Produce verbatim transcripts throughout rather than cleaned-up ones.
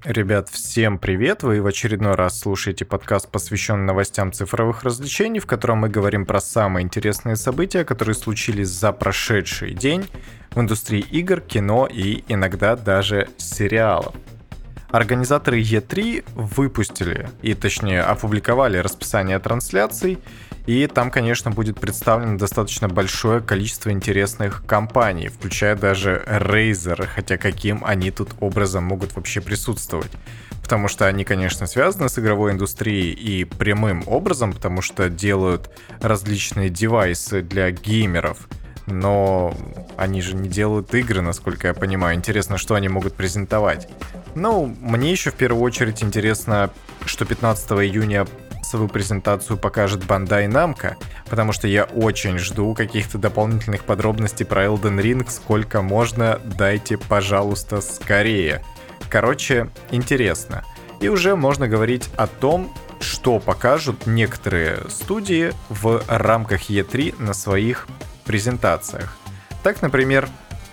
Ребят, всем привет! Вы в очередной раз слушаете подкаст, посвященный новостям цифровых развлечений, в котором мы говорим про самые интересные события, которые случились за прошедший день в индустрии игр, кино и иногда даже сериалов. Организаторы и три выпустили, и точнее опубликовали расписание трансляций, и там, конечно, будет представлено достаточно большое количество интересных компаний, включая даже Razer, хотя каким они тут образом могут вообще присутствовать. Потому что они, конечно, связаны с игровой индустрией и прямым образом, потому что делают различные девайсы для геймеров, но они же не делают игры, насколько я понимаю. Интересно, что они могут презентовать. Ну, мне еще в первую очередь интересно, что пятнадцатого июня свою презентацию покажет Bandai Namco, потому что я очень жду каких-то дополнительных подробностей про Elden Ring, сколько можно, дайте, пожалуйста, скорее. Короче, интересно. И уже можно говорить о том, что покажут некоторые студии в рамках и три на своих презентациях. Так, например,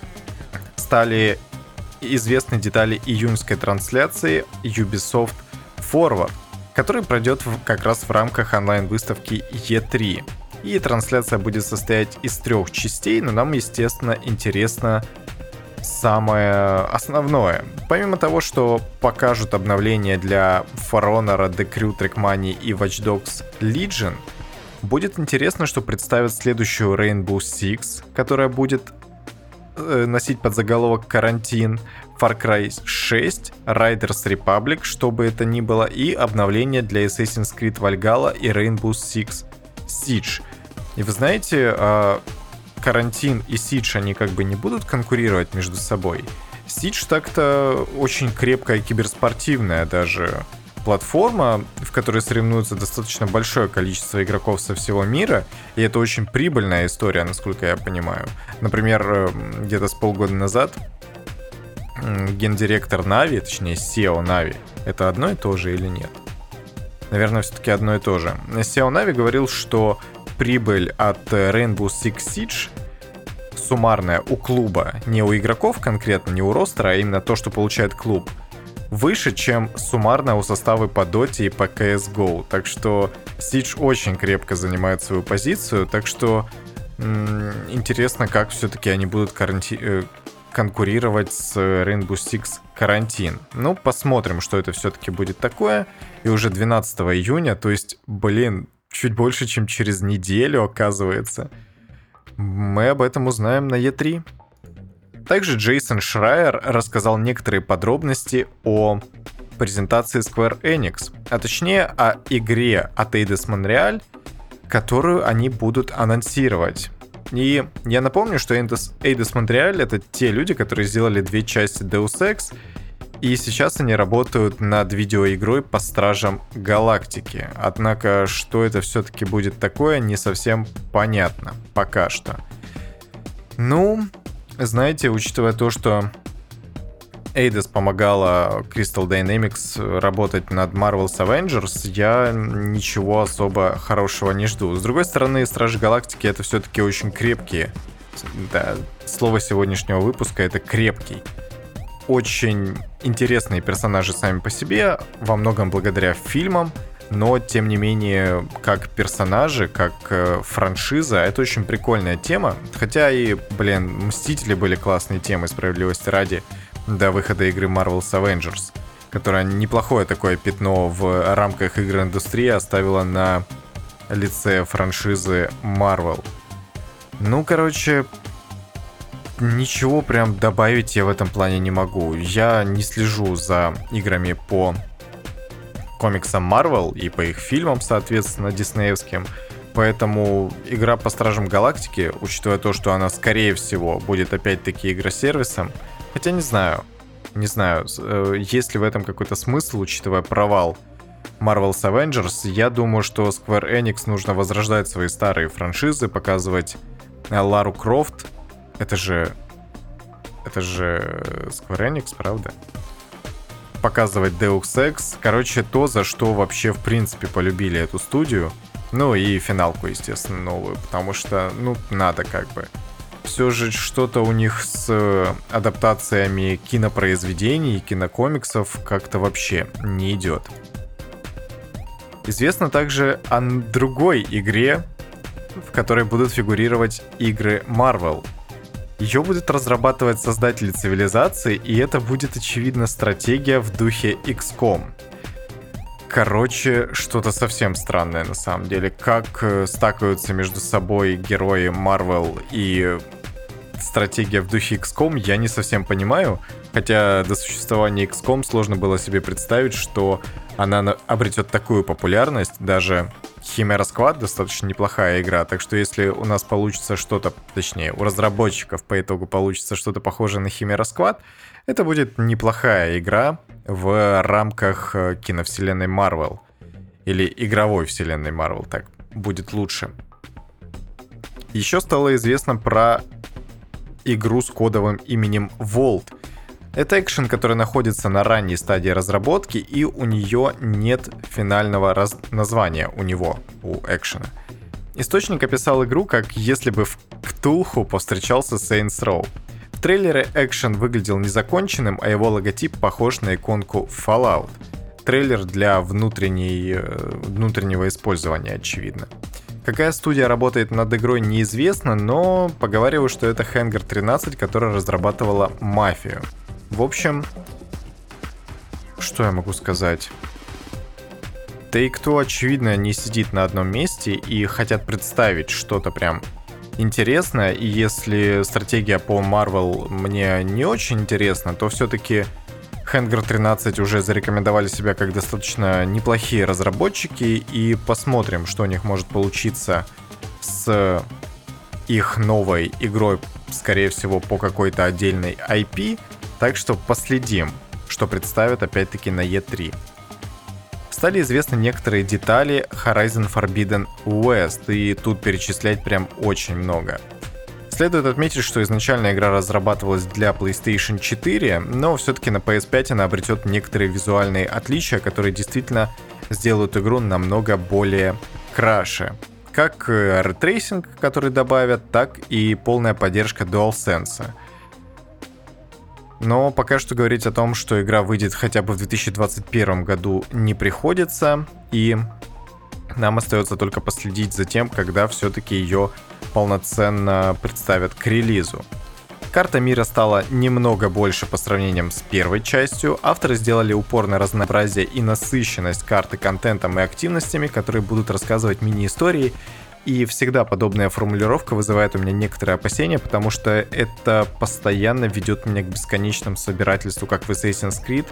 стали известны детали июньской трансляции Ubisoft Forward, который пройдет как раз в рамках онлайн-выставки и три. И трансляция будет состоять из трех частей, но нам, естественно, интересно самое основное. Помимо того, что покажут обновления для For Honor, The Crew, Trackmania и Watch Dogs Legion, будет интересно, что представят следующую Rainbow Six, которая будет э, носить подзаголовок «Карантин», Far Cry шесть, Riders Republic, что бы это ни было, и обновление для Assassin's Creed Valhalla и Rainbow Six Siege. И вы знаете, э, Карантин и Siege, они как бы не будут конкурировать между собой. Siege так-то очень крепкая киберспортивная даже платформа, в которой соревнуется достаточно большое количество игроков со всего мира, и это очень прибыльная история, насколько я понимаю. Например, где-то с полгода назад гендиректор Na'Vi, точнее си и о Na'Vi, это одно и то же или нет? Наверное, все-таки одно и то же. си и о Na'Vi говорил, что прибыль от Rainbow Six Siege суммарная у клуба, не у игроков конкретно, не у ростера, а именно то, что получает клуб, выше, чем суммарно у составы по Dota и по си эс го. Так что Siege очень крепко занимает свою позицию, так что м- интересно, как все-таки они будут каранти- конкурировать с Rainbow Six Карантин. Ну, посмотрим, что это все-таки будет такое. И уже двенадцатого июня, то есть, блин, чуть больше, чем через неделю, оказывается, мы об этом узнаем на и три. Также Джейсон Шрайер рассказал некоторые подробности о презентации Square Enix, а точнее о игре от Eidos Montreal, которую они будут анонсировать. И я напомню, что Eidos, Eidos Montreal — это те люди, которые сделали две части Deus Ex, и сейчас они работают над видеоигрой по Стражам Галактики. Однако, что это все-таки будет такое, не совсем понятно пока что. Ну, знаете, учитывая то, что Eidos помогала Crystal Dynamics работать над Marvel's Avengers, я ничего особо хорошего не жду. С другой стороны, Стражи Галактики — это все-таки очень крепкие. Да, слово сегодняшнего выпуска — это крепкий. Очень интересные персонажи сами по себе, во многом благодаря фильмам, но, тем не менее, как персонажи, как э, франшиза, это очень прикольная тема. Хотя и, блин, Мстители были классной темой, справедливости ради, до выхода игры Marvel's Avengers, которая неплохое такое пятно в рамках игр индустрии оставила на лице франшизы Marvel. Ну, короче, ничего прям добавить я в этом плане не могу. Я не слежу за играми по комиксам Marvel и по их фильмам, соответственно, диснеевским. Поэтому игра по Стражам Галактики, учитывая то, что она, скорее всего, будет опять-таки игросервисом, хотя не знаю, не знаю, есть ли в этом какой-то смысл, учитывая провал Marvel's Avengers. Я думаю, что Square Enix нужно возрождать свои старые франшизы, показывать Лару Крофт. Это же... Это же Square Enix, правда? Показывать Deus Ex. Короче, то, за что вообще, в принципе, полюбили эту студию. Ну и финалку, естественно, новую. Потому что, ну, надо как бы. все же что-то у них с адаптациями кинопроизведений и кинокомиксов как-то вообще не идет. Известно также о другой игре, в которой будут фигурировать игры Marvel. Ее будет разрабатывать создатели Цивилизации, и это будет, очевидно, стратегия в духе икс ком. Короче, что-то совсем странное на самом деле. Как стакаются между собой герои Marvel и стратегия в духе икс ком, я не совсем понимаю. Хотя до существования икс ком сложно было себе представить, что она обретет такую популярность. Даже Chimera Squad достаточно неплохая игра, так что если у нас получится что-то, точнее, у разработчиков по итогу получится что-то похожее на Chimera Squad, это будет неплохая игра в рамках киновселенной Marvel. Или игровой вселенной Marvel, так будет лучше. Еще стало известно про игру с кодовым именем Vault. Это экшен, который находится на ранней стадии разработки, и у нее нет финального раз... названия у него, у экшена. Источник описал игру, как если бы в Ктулху повстречался Saints Row. В трейлере экшен выглядел незаконченным, а его логотип похож на иконку Fallout. Трейлер для внутренней... внутреннего использования, очевидно. Какая студия работает над игрой, неизвестно, но поговариваю, что это Hangar тринадцать, которая разрабатывала Мафию. В общем, что я могу сказать? Take-Two, очевидно, не сидит на одном месте и хотят представить что-то прям интересное. И если стратегия по Marvel мне не очень интересна, то все-таки Hangar тринадцать уже зарекомендовали себя как достаточно неплохие разработчики. И посмотрим, что у них может получиться с их новой игрой, скорее всего, по какой-то отдельной ай пи. Так что последим, что представят опять-таки на и три. Стали известны некоторые детали Horizon Forbidden West, и тут перечислять прям очень много. Следует отметить, что изначально игра разрабатывалась для PlayStation четыре, но все-таки на пи эс пять она обретет некоторые визуальные отличия, которые действительно сделают игру намного более краше. Как рейтрейсинг, который добавят, так и полная поддержка DualSense. Но пока что говорить о том, что игра выйдет хотя бы в две тысячи двадцать первом году, не приходится, и нам остается только последить за тем, когда все-таки ее полноценно представят к релизу. Карта мира стала немного больше по сравнению с первой частью. Авторы сделали упор на разнообразие и насыщенность карты контентом и активностями, которые будут рассказывать мини-истории. И всегда подобная формулировка вызывает у меня некоторые опасения, потому что это постоянно ведет меня к бесконечному собирательству, как в Assassin's Creed,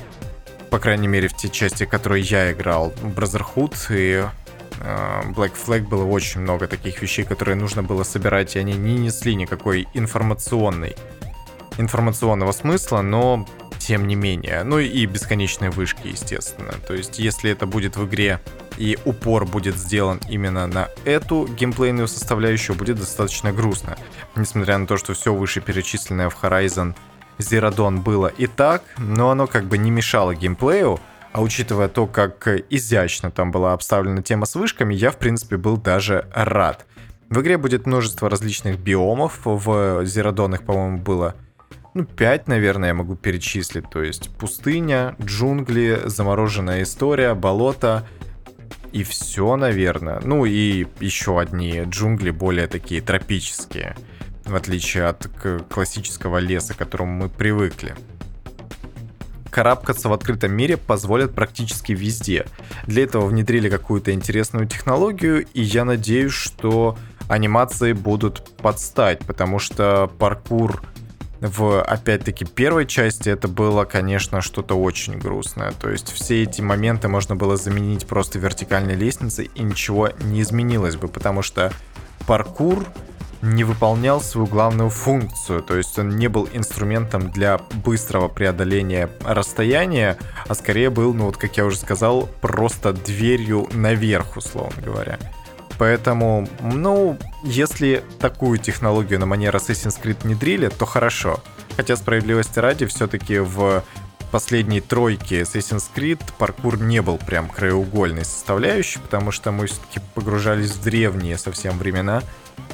по крайней мере в те части, в которые я играл. Brotherhood и э, Black Flag было очень много таких вещей, которые нужно было собирать, и они не несли никакой информационной, информационного смысла, но тем не менее. Ну и бесконечные вышки, естественно. То есть если это будет в игре и упор будет сделан именно на эту геймплейную составляющую, будет достаточно грустно. Несмотря на то, что все вышеперечисленное в Horizon Zero Dawn было и так, но оно как бы не мешало геймплею, а учитывая то, как изящно там была обставлена тема с вышками, я в принципе был даже рад. В игре будет множество различных биомов, в Zero Dawn их, по-моему, было ну, пять, наверное, я могу перечислить, то есть пустыня, джунгли, замороженная история, болото. И все, наверное. Ну и еще одни джунгли, более такие тропические, в отличие от классического леса, к которому мы привыкли. Карабкаться в открытом мире позволят практически везде. Для этого внедрили какую-то интересную технологию, и я надеюсь, что анимации будут подстать, потому что паркур в, опять-таки, первой части это было, конечно, что-то очень грустное. То есть все эти моменты можно было заменить просто вертикальной лестницей, и ничего не изменилось бы, потому что паркур не выполнял свою главную функцию. То есть он не был инструментом для быстрого преодоления расстояния, а скорее был, ну вот как я уже сказал, просто дверью наверх, условно говоря. Поэтому, ну, если такую технологию на манер Assassin's Creed внедрили, то хорошо. Хотя, справедливости ради, все-таки в последней тройке Assassin's Creed паркур не был прям краеугольной составляющей, потому что мы все-таки погружались в древние совсем времена,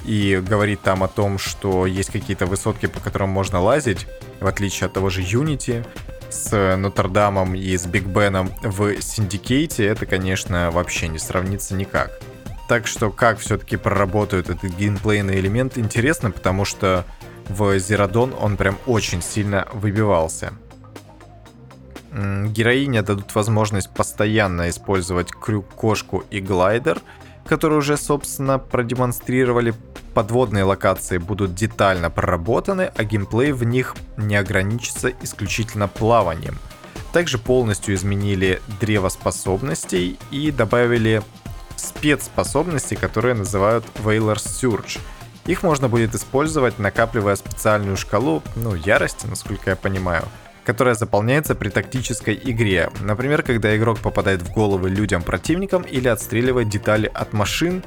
и говорит там о том, что есть какие-то высотки, по которым можно лазить, в отличие от того же Unity, с Нотр-Дамом и с Биг Беном в Syndicate, это, конечно, вообще не сравнится никак. Так что как все-таки проработают этот геймплейный элемент, интересно, потому что в Zero Dawn он прям очень сильно выбивался. Героине дадут возможность постоянно использовать крюк-кошку и глайдер, которые уже, собственно, продемонстрировали. Подводные локации будут детально проработаны, а геймплей в них не ограничится исключительно плаванием. Также полностью изменили древо способностей и добавили спецспособности, которые называют Whaler's Surge. Их можно будет использовать, накапливая специальную шкалу, ну, ярости, насколько я понимаю, которая заполняется при тактической игре. Например, когда игрок попадает в головы людям-противникам или отстреливает детали от машин.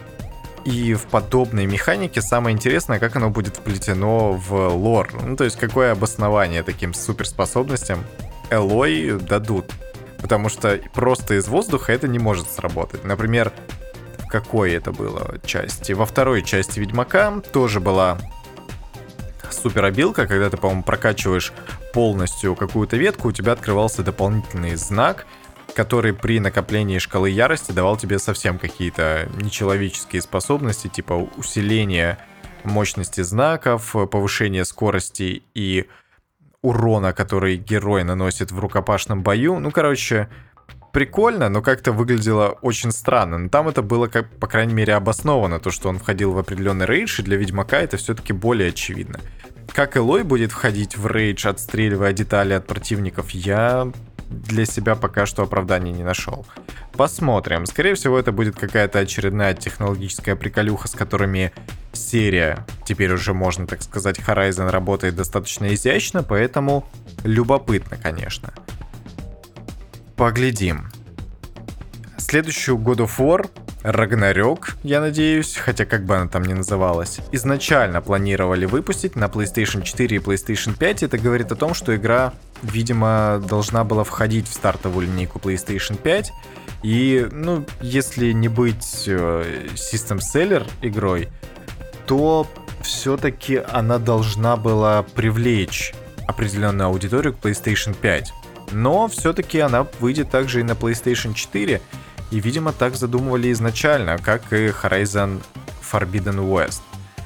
И в подобной механике самое интересное, как оно будет вплетено в лор. Ну, то есть, какое обоснование таким суперспособностям Элой дадут. Потому что просто из воздуха это не может сработать. Например, в какой это было части? Во второй части Ведьмака тоже была суперобилка, когда ты, по-моему, прокачиваешь полностью какую-то ветку, у тебя открывался дополнительный знак, который при накоплении шкалы ярости давал тебе совсем какие-то нечеловеческие способности, типа усиление мощности знаков, повышение скорости и урона, который герой наносит в рукопашном бою. Ну, короче, прикольно, но как-то выглядело очень странно. Но там это было, как, по крайней мере, обосновано, то, что он входил в определенный рейдж, и для Ведьмака это все-таки более очевидно. Как Элой будет входить в рейдж, отстреливая детали от противников, я для себя пока что оправданий не нашел. Посмотрим. Скорее всего, это будет какая-то очередная технологическая приколюха, с которыми серия, теперь уже можно так сказать, Horizon работает достаточно изящно, поэтому любопытно, конечно. Поглядим. Следующую God of War, Ragnarok, я надеюсь, хотя как бы она там ни называлась, изначально планировали выпустить на PlayStation четыре и PlayStation пять. Это говорит о том, что игра, видимо, должна была входить в стартовую линейку PlayStation пять. И, ну, если не быть System Seller игрой, то все-таки она должна была привлечь определенную аудиторию к PlayStation пять. Но все-таки она выйдет также и на PlayStation четыре. И, видимо, так задумывали изначально, как и Horizon Forbidden West.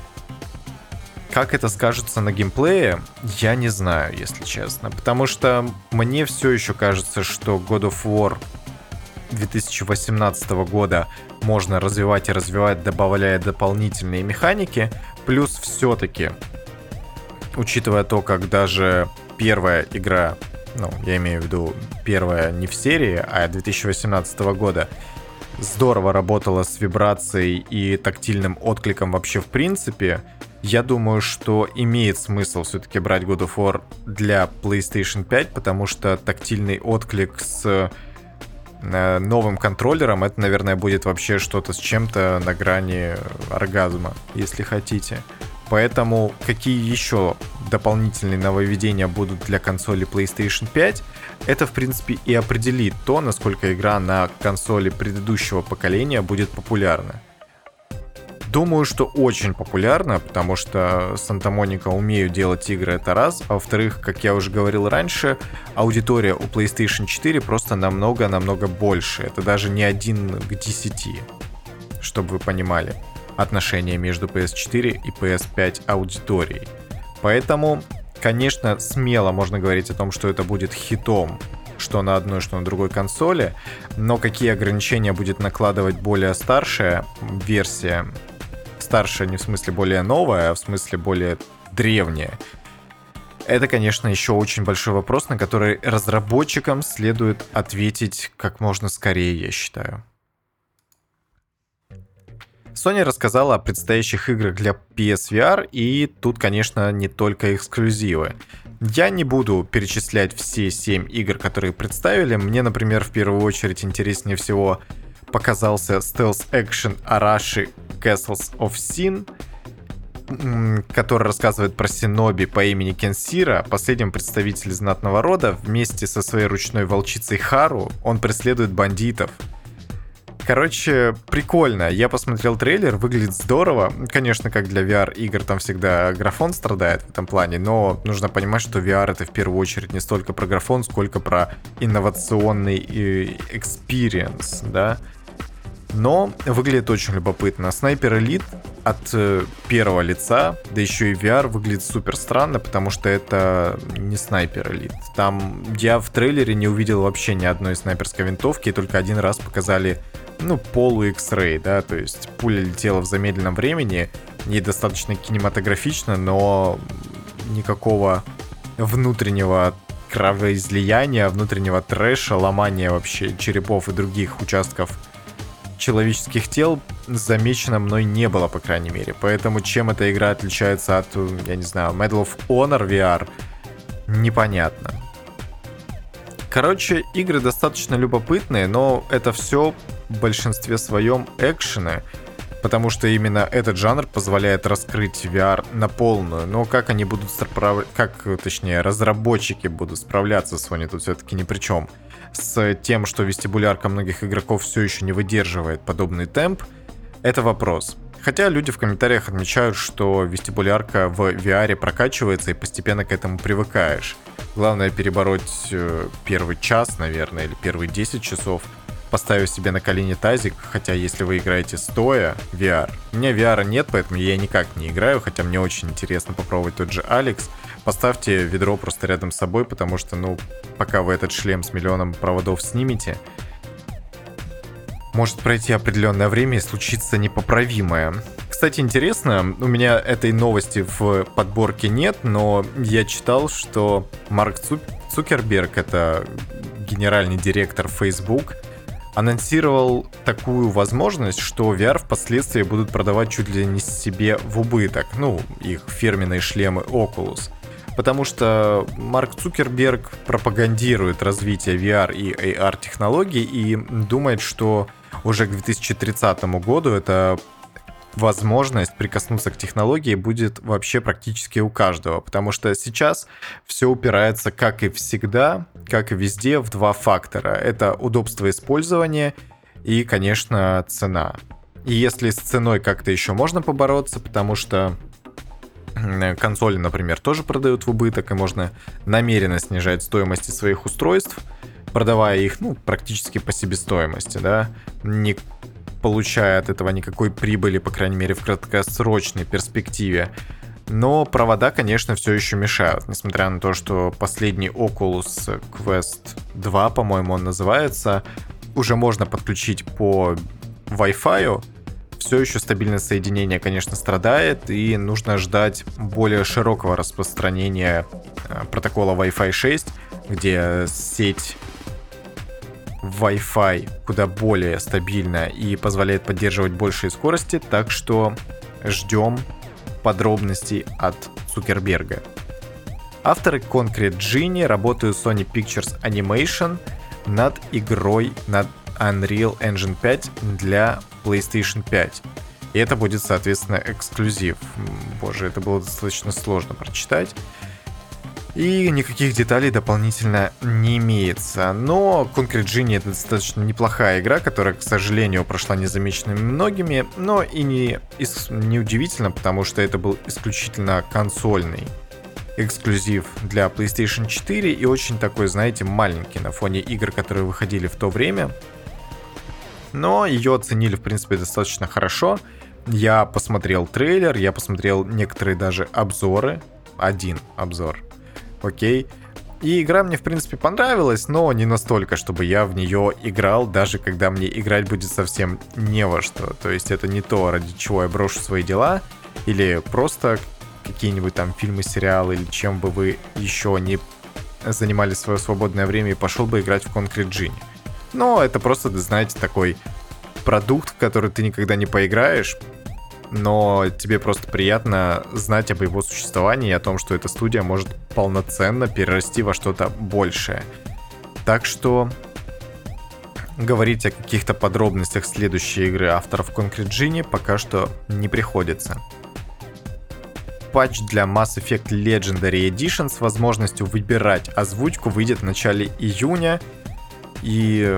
Как это скажется на геймплее, я не знаю, если честно. Потому что мне все еще кажется, что God of War две тысячи восемнадцатого года можно развивать и развивать, добавляя дополнительные механики. Плюс все-таки, учитывая то, как даже первая игра, ну, я имею в виду первая не в серии, а две тысячи восемнадцатого года, здорово работала с вибрацией и тактильным откликом вообще в принципе, я думаю, что имеет смысл все-таки брать God of War для PlayStation пять, потому что тактильный отклик с новым контроллером, это, наверное, будет вообще что-то с чем-то на грани оргазма, если хотите. Поэтому какие еще дополнительные нововведения будут для консоли PlayStation пять, это, в принципе, и определит то, насколько игра на консоли предыдущего поколения будет популярна. Думаю, что очень популярна, потому что Санта-Моника умеют делать игры, это раз. А во-вторых, как я уже говорил раньше, аудитория у PlayStation четыре просто намного-намного больше. Это даже не один к десяти, чтобы вы понимали отношения между пи эс четыре и пи эс пять аудиторией. Поэтому, конечно, смело можно говорить о том, что это будет хитом, что на одной, что на другой консоли, но какие ограничения будет накладывать более старшая версия, старшая не в смысле более новая, а в смысле более древняя, это, конечно, еще очень большой вопрос, на который разработчикам следует ответить как можно скорее, я считаю. Sony рассказала о предстоящих играх для пи эс ви ар, и тут, конечно, не только эксклюзивы. Я не буду перечислять все семь игр, которые представили. Мне, например, в первую очередь интереснее всего показался стелс-экшен Arashi Castles of Sin, который рассказывает про синоби по имени Кенсира, последнем представителе знатного рода. Вместе со своей ручной волчицей Хару он преследует бандитов. Короче, прикольно. Я посмотрел трейлер, выглядит здорово. Конечно, как для ви ар-игр, там всегда графон страдает в этом плане, но нужно понимать, что ви ар — это в первую очередь не столько про графон, сколько про инновационный экспириенс, да? Но выглядит очень любопытно. Снайпер Элит от э, первого лица, да еще и ви ар, выглядит супер странно, потому что это не Снайпер Элит. Там я в трейлере не увидел вообще ни одной снайперской винтовки, и только один раз показали, ну, полу X-Ray, да, то есть пуля летела в замедленном времени, и достаточно кинематографично, но никакого внутреннего кровоизлияния, внутреннего трэша, ломания вообще черепов и других участков человеческих тел замечено мной не было, по крайней мере. Поэтому чем эта игра отличается от, я не знаю, Medal of Honor ви ар, непонятно. Короче, игры достаточно любопытные, но это все в большинстве своем экшены, потому что именно этот жанр позволяет раскрыть ви ар на полную. Но как они будут справляться, как, точнее, разработчики будут справляться, Sony тут все-таки ни при чем, с тем, что вестибулярка многих игроков все еще не выдерживает подобный темп, это вопрос. Хотя люди в комментариях отмечают, что вестибулярка в ви ар прокачивается и постепенно к этому привыкаешь. Главное перебороть первый час, наверное, или первые десять часов, поставив себе на колени тазик, хотя если вы играете стоя ви ар. У меня ви ар нет, поэтому я никак не играю, хотя мне очень интересно попробовать тот же Алекс. Поставьте ведро просто рядом с собой, потому что, ну, пока вы этот шлем с миллионом проводов снимете, может пройти определенное время и случится непоправимое. Кстати, интересно, у меня этой новости в подборке нет, но я читал, что Марк Цукерберг, это генеральный директор Facebook, анонсировал такую возможность, что ви ар впоследствии будут продавать чуть ли не себе в убыток, ну, их фирменные шлемы Oculus. Потому что Марк Цукерберг пропагандирует развитие ви ар и эй ар технологий и думает, что уже к две тысячи тридцатому году эта возможность прикоснуться к технологии будет вообще практически у каждого, потому что сейчас все упирается, как и всегда, как и везде, в два фактора. Это удобство использования и, конечно, цена. И если с ценой как-то еще можно побороться, потому что консоли, например, тоже продают в убыток, и можно намеренно снижать стоимость своих устройств, продавая их, ну, практически по себестоимости, да, не получая от этого никакой прибыли, по крайней мере, в краткосрочной перспективе. Но провода, конечно, все еще мешают, несмотря на то, что последний Oculus Quest два, по-моему, он называется, уже можно подключить по Wi-Fi. Все еще стабильность соединения, конечно, страдает, и нужно ждать более широкого распространения протокола Wi-Fi шесть, где сеть Wi-Fi куда более стабильна и позволяет поддерживать большие скорости, так что ждем подробностей от Цукерберга. Авторы Concrete Genie работают с Sony Pictures Animation над игрой над Unreal Engine пять для PlayStation пять. И это будет, соответственно, эксклюзив. Боже, это было достаточно сложно прочитать. И никаких деталей дополнительно не имеется. Но Concrete Genie — это достаточно неплохая игра, которая, к сожалению, прошла незамеченными многими, но и не, не удивительно, потому что это был исключительно консольный эксклюзив для PlayStation четыре и очень такой, знаете, маленький на фоне игр, которые выходили в то время. Но ее оценили, в принципе, достаточно хорошо. Я посмотрел трейлер, я посмотрел некоторые даже обзоры. Один обзор. Окей. И игра мне, в принципе, понравилась, но не настолько, чтобы я в нее играл, даже когда мне играть будет совсем не во что. То есть это не то, ради чего я брошу свои дела, или просто какие-нибудь там фильмы, сериалы, или чем бы вы еще не занимали свое свободное время и пошел бы играть в Concrete Genie. Но это просто, знаете, такой продукт, в который ты никогда не поиграешь, но тебе просто приятно знать об его существовании и о том, что эта студия может полноценно перерасти во что-то большее. Так что говорить о каких-то подробностях следующей игры авторов Concrete Genie пока что не приходится. Патч для Mass Effect Legendary Edition с возможностью выбирать озвучку выйдет в начале июня. И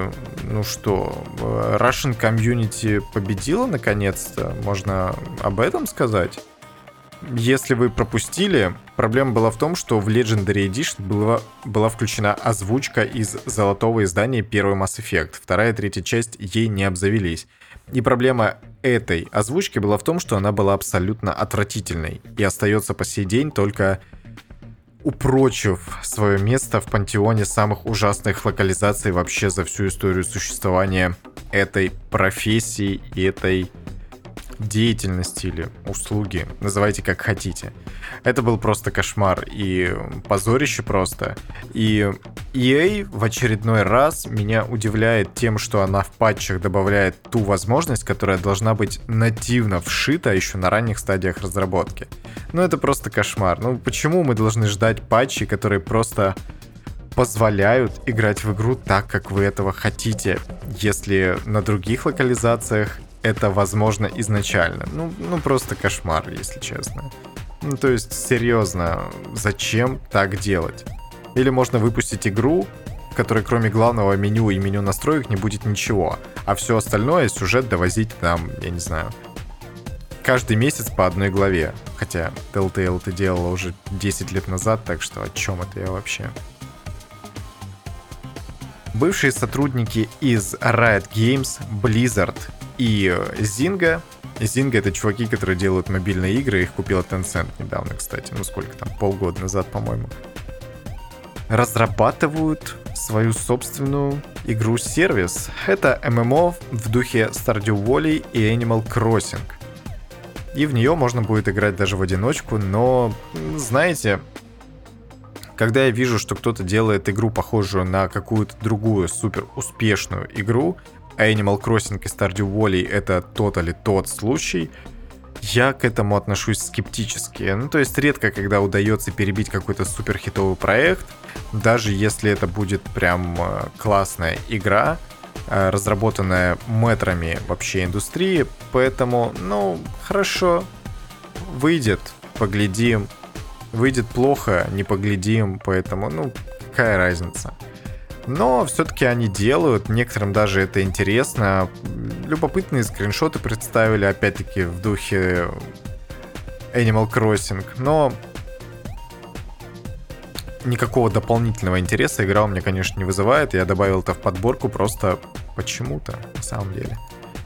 Ну что, Russian Community победила наконец-то? Можно об этом сказать? Если вы пропустили, проблема была в том, что в Legendary Edition была, была включена озвучка из золотого издания первый Mass Effect. Вторая и третья часть ей не обзавелись. И проблема этой озвучки была в том, что она была абсолютно отвратительной. И остается по сей день, только упрочив свое место в пантеоне самых ужасных локализаций вообще за всю историю существования этой профессии и этой деятельности или услуги, называйте как хотите. Это был просто кошмар и позорище просто. И и эй в очередной раз меня удивляет тем, что она в патчах добавляет ту возможность, которая должна быть нативно вшита еще на ранних стадиях разработки. Ну это просто кошмар. Ну почему мы должны ждать патчи, которые просто позволяют играть в игру так, как вы этого хотите, если на других локализациях это возможно изначально? Ну, ну просто кошмар, если честно. Ну то есть, серьезно, зачем так делать? Или можно выпустить игру, в которой кроме главного меню и меню настроек не будет ничего, а все остальное, сюжет довозить там, я не знаю, каждый месяц по одной главе. Хотя Telltale это делала уже десять лет назад, так что о чем это я вообще? Бывшие сотрудники из Riot Games, Blizzard и Zynga. Zynga — это чуваки, которые делают мобильные игры, их купила Tencent недавно, кстати, ну сколько там, полгода назад, по-моему. Разрабатывают свою собственную игру-сервис. Это эм эм о в духе Stardew Valley и Animal Crossing. И в нее можно будет играть даже в одиночку, но, знаете, когда я вижу, что кто-то делает игру, похожую на какую-то другую супер успешную игру, а Animal Crossing и Stardew Valley — это тот или тот случай, я к этому отношусь скептически. Ну, то есть редко, когда удается перебить какой-то супер хитовый проект, даже если это будет прям классная игра, разработанная мэтрами вообще индустрии. Поэтому, ну, хорошо, выйдет, поглядим. Выйдет плохо, не поглядим, поэтому, ну, какая разница. Но все-таки они делают, некоторым даже это интересно. Любопытные скриншоты представили, опять-таки, в духе Animal Crossing. Но никакого дополнительного интереса игра у меня, конечно, не вызывает. Я добавил это в подборку просто почему-то, на самом деле.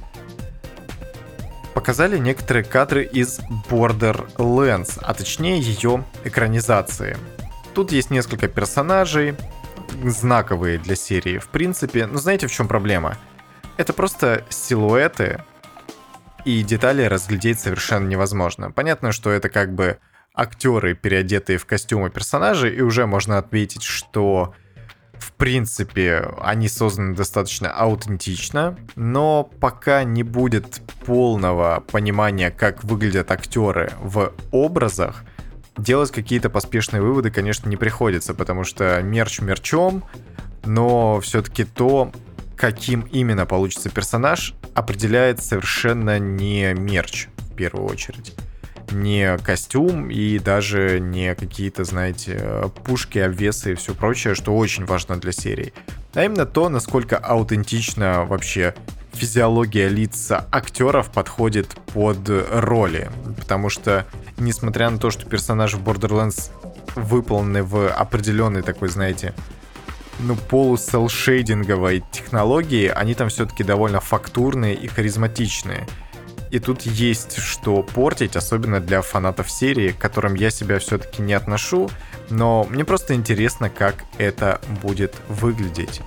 Показали некоторые кадры из Borderlands, а точнее ее экранизации. Тут есть несколько персонажей, знаковые для серии, в принципе. Но знаете, в чем проблема? Это просто силуэты, и детали разглядеть совершенно невозможно. Понятно, что это как бы актеры, переодетые в костюмы персонажей, и уже можно отметить, что в принципе они созданы достаточно аутентично, но пока не будет полного понимания, как выглядят актеры в образах, делать какие-то поспешные выводы, конечно, не приходится, потому что мерч мерчом, но все-таки то, каким именно получится персонаж, определяет совершенно не мерч, в первую очередь. Не костюм и даже не какие-то, знаете, пушки, обвесы и все прочее, что очень важно для серии. А именно то, насколько аутентично вообще физиология лиц актеров подходит под роли. Потому что, несмотря на то, что персонажи в Borderlands выполнены в определенной такой, знаете, ну, полуселшейдинговой технологии, они там все-таки довольно фактурные и харизматичные. И тут есть что портить, особенно для фанатов серии, к которым я себя все-таки не отношу, но мне просто интересно, как это будет выглядеть.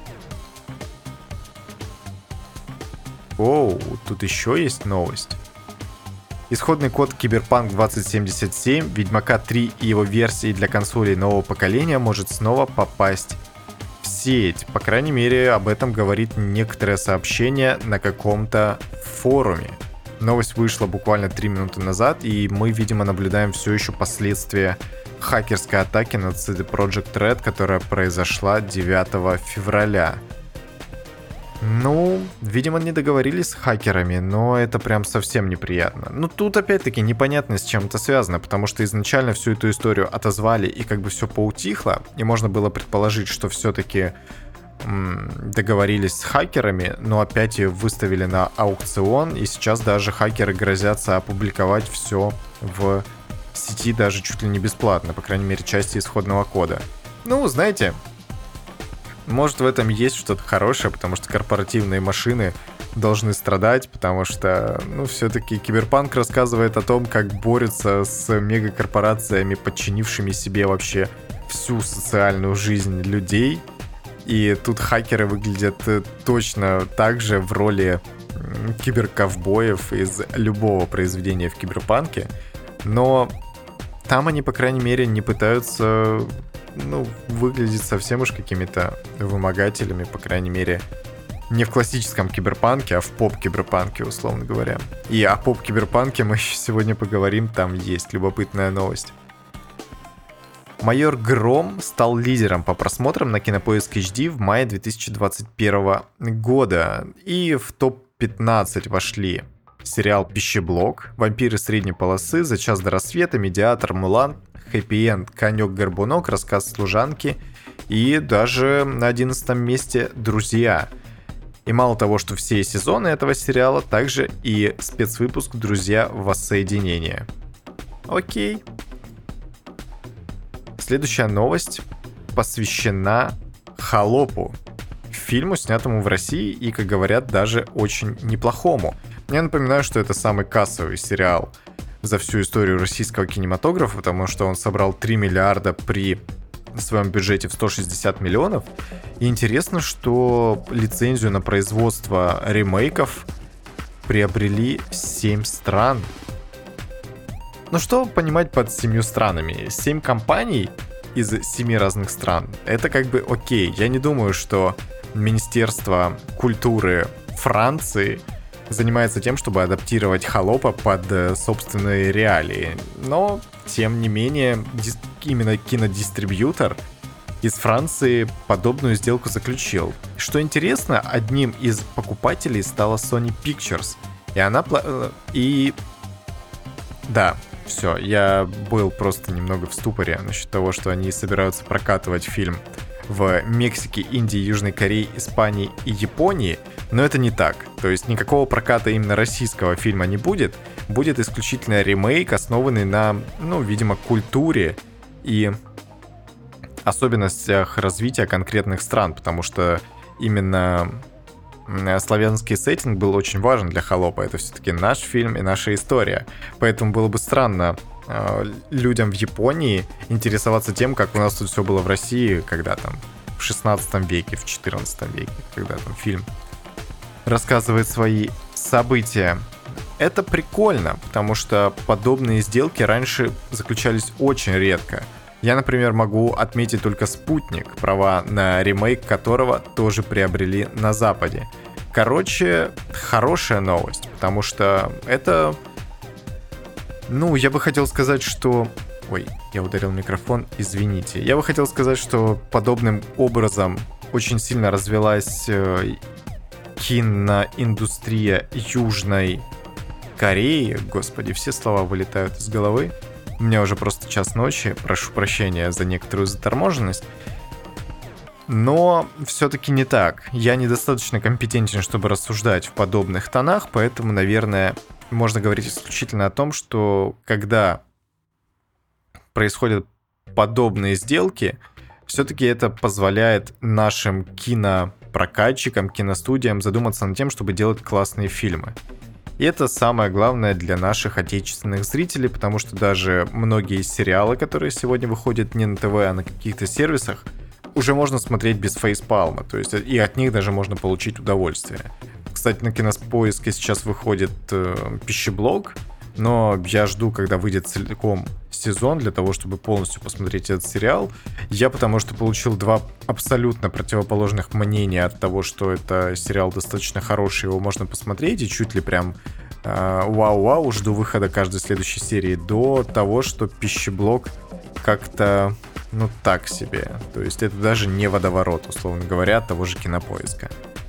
Оу, тут еще есть новость. Исходный код Cyberpunk двадцать семьдесят семь, Ведьмака три и его версии для консолей нового поколения может снова попасть в сеть. По крайней мере, об этом говорит некоторое сообщение на каком-то форуме. Новость вышла буквально три минуты назад, и мы, видимо, наблюдаем все еще последствия хакерской атаки на си ди Projekt Red, которая произошла девятого февраля. Ну, видимо, не договорились с хакерами, но это прям совсем неприятно. Ну, тут опять-таки непонятно, с чем это связано, потому что изначально всю эту историю отозвали, и как бы все поутихло, и можно было предположить, что все-таки договорились с хакерами, но опять ее выставили на аукцион, и сейчас даже хакеры грозятся опубликовать все в сети даже чуть ли не бесплатно, по крайней мере, части исходного кода. Ну, знаете, может, в этом есть что-то хорошее, потому что корпоративные машины должны страдать, потому что, ну, все-таки Киберпанк рассказывает о том, как борются с мегакорпорациями, подчинившими себе вообще всю социальную жизнь людей. И тут хакеры выглядят точно так же в роли киберковбоев из любого произведения в Киберпанке. Но там они, по крайней мере, не пытаются, ну, выглядеть совсем уж какими-то вымогателями, по крайней мере, не в классическом киберпанке, а в поп-киберпанке, условно говоря. И о поп-киберпанке мы еще сегодня поговорим, там есть любопытная новость. «Майор Гром» стал лидером по просмотрам на Кинопоиск эйч ди в мае две тысячи двадцать первого года. И в топ пятнадцать вошли сериал «Пищеблок», «Вампиры средней полосы», «За час до рассвета», «Медиатор», «Мулан», «Хэппи-энд», «Конек-горбунок», «Рассказ служанки» и даже на одиннадцатом месте «Друзья». И мало того, что все сезоны этого сериала, также и спецвыпуск «Друзья. Воссоединение». Окей. Следующая новость посвящена «Холопу», фильму, снятому в России и, как говорят, даже очень неплохому. Я напоминаю, что это самый кассовый сериал за всю историю российского кинематографа, потому что он собрал три миллиарда при своем бюджете в сто шестьдесят миллионов. И интересно, что лицензию на производство ремейков приобрели семь стран. Ну что понимать под семью странами? семь компаний из семи разных стран. Это как бы окей. Я не думаю, что Министерство культуры Франции занимается тем, чтобы адаптировать «Холопа» под собственные реалии. Но, тем не менее, дис- именно кинодистрибьютор из Франции подобную сделку заключил. Что интересно, одним из покупателей стала Sony Pictures. И она... Пла- и... Да, все, я был просто немного в ступоре насчет того, что они собираются прокатывать фильм в Мексике, Индии, Южной Корее, Испании и Японии, но это не так. То есть никакого проката именно российского фильма не будет. Будет исключительно ремейк, основанный на, ну, видимо, культуре и особенностях развития конкретных стран, потому что именно славянский сеттинг был очень важен для «Холопа». Это все-таки наш фильм и наша история. Поэтому было бы странно людям в Японии интересоваться тем, как у нас тут все было в России, когда там в шестнадцатом веке, в четырнадцатом веке, когда там фильм рассказывает свои события. Это прикольно, потому что подобные сделки раньше заключались очень редко. Я, например, могу отметить только «Спутник», права на ремейк которого тоже приобрели на Западе. Короче, хорошая новость, потому что это... Ну, я бы хотел сказать, что... Ой, я ударил микрофон, извините. Я бы хотел сказать, что подобным образом очень сильно развилась э, киноиндустрия Южной Кореи. Господи, все слова вылетают из головы. У меня уже просто час ночи, прошу прощения за некоторую заторможенность. Но все-таки не так. Я недостаточно компетентен, чтобы рассуждать в подобных тонах, поэтому, наверное... Можно говорить исключительно о том, что когда происходят подобные сделки, все-таки это позволяет нашим кинопрокатчикам, киностудиям задуматься над тем, чтобы делать классные фильмы. И это самое главное для наших отечественных зрителей, потому что даже многие сериалы, которые сегодня выходят не на ТВ, а на каких-то сервисах, уже можно смотреть без фейспалма, то есть и от них даже можно получить удовольствие. Кстати, на Кинопоиске сейчас выходит э, «Пищеблок», но я жду, когда выйдет целиком сезон для того, чтобы полностью посмотреть этот сериал. Я потому что получил два абсолютно противоположных мнения от того, что это сериал достаточно хороший, его можно посмотреть, и чуть ли прям э, вау-вау, жду выхода каждой следующей серии, до того, что «Пищеблок» как-то, ну, так себе. То есть это даже не водоворот, условно говоря, от того же Кинопоиска.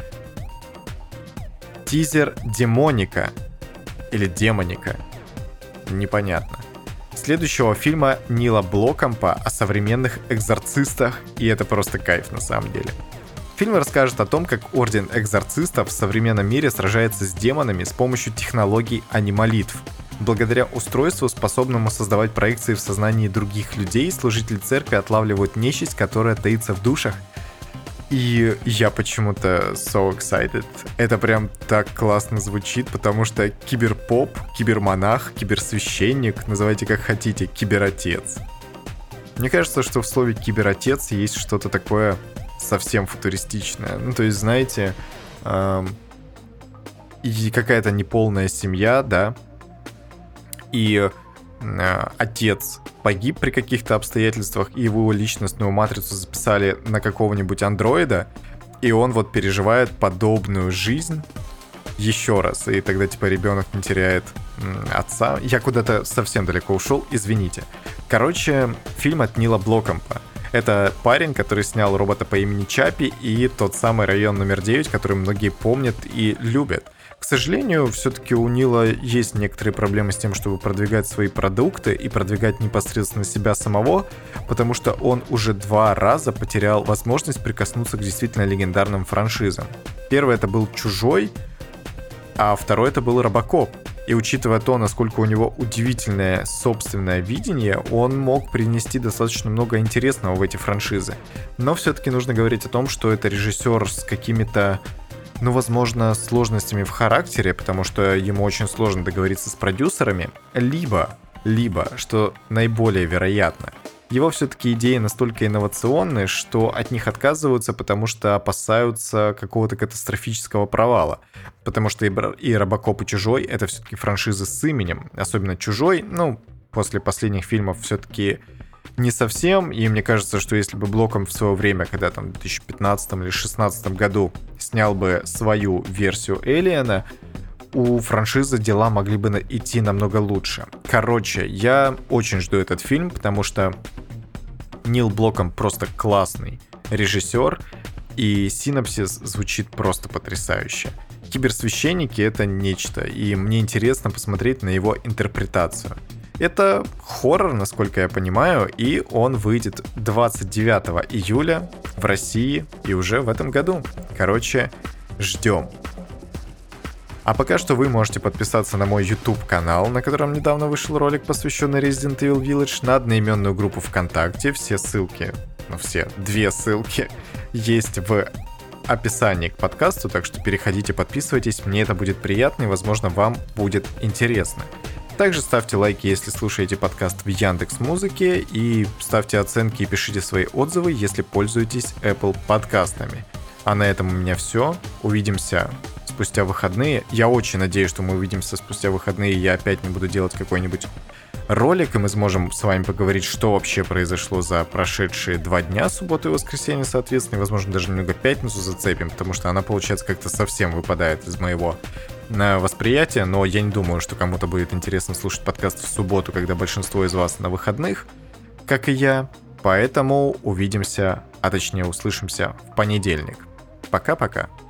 Тизер «Демоника» или «Демоника», непонятно, следующего фильма Нила Блокомпа о современных экзорцистах, и это просто кайф на самом деле. Фильм расскажет о том, как Орден Экзорцистов в современном мире сражается с демонами с помощью технологий анималитв. Благодаря устройству, способному создавать проекции в сознании других людей, служители церкви отлавливают нечисть, которая таится в душах. И я почему-то so excited. Это прям так классно звучит, потому что киберпоп, кибермонах, киберсвященник, называйте как хотите, кибератец. Мне кажется, что в слове кибератец есть что-то такое совсем футуристичное. Ну, то есть, знаете, эм, и какая-то неполная семья, да, и э, отец погиб при каких-то обстоятельствах, и его личностную матрицу записали на какого-нибудь андроида, и он вот переживает подобную жизнь еще раз, и тогда типа ребенок не теряет м, отца. Я куда-то совсем далеко ушел, извините. Короче, фильм от Нила Блокомпа. Это парень, который снял робота по имени Чаппи и тот самый район номер девять, который многие помнят и любят. К сожалению, все-таки у Нила есть некоторые проблемы с тем, чтобы продвигать свои продукты и продвигать непосредственно себя самого, потому что он уже два раза потерял возможность прикоснуться к действительно легендарным франшизам. Первый это был «Чужой», а второй это был «Робокоп». И учитывая то, насколько у него удивительное собственное видение, он мог принести достаточно много интересного в эти франшизы. Но все-таки нужно говорить о том, что это режиссер с какими-то, ну, возможно, сложностями в характере, потому что ему очень сложно договориться с продюсерами, либо, либо, что наиболее вероятно, его все-таки идеи настолько инновационные, что от них отказываются, потому что опасаются какого-то катастрофического провала. Потому что и «Робокоп», и «Чужой» — это все-таки франшизы с именем. Особенно «Чужой», ну, после последних фильмов все-таки не совсем. И мне кажется, что если бы Блоком в свое время, когда там в две тысячи пятнадцатом или две тысячи шестнадцатом году снял бы свою версию «Элиана», у франшизы дела могли бы идти намного лучше. Короче, я очень жду этот фильм, потому что Нил Блоком просто классный режиссер, и синопсис звучит просто потрясающе. Киберсвященники — это нечто, и мне интересно посмотреть на его интерпретацию. Это хоррор, насколько я понимаю, и он выйдет двадцать девятого июля в России и уже в этом году. Короче, ждем. А пока что вы можете подписаться на мой YouTube-канал, на котором недавно вышел ролик, посвященный Resident Evil Village, на одноименную группу ВКонтакте. Все ссылки, ну все, две ссылки есть в описании к подкасту, так что переходите, подписывайтесь, мне это будет приятно и, возможно, вам будет интересно. Также ставьте лайки, если слушаете подкаст в Яндекс.Музыке, и ставьте оценки и пишите свои отзывы, если пользуетесь Apple подкастами. А на этом у меня все. Увидимся спустя выходные. Я очень надеюсь, что мы увидимся спустя выходные, и я опять не буду делать какой-нибудь ролик, и мы сможем с вами поговорить, что вообще произошло за прошедшие два дня, субботу и воскресенье, соответственно, и, возможно, даже немного пятницу зацепим, потому что она, получается, как-то совсем выпадает из моего восприятия, но я не думаю, что кому-то будет интересно слушать подкаст в субботу, когда большинство из вас на выходных, как и я, поэтому увидимся, а точнее услышимся в понедельник. Пока-пока.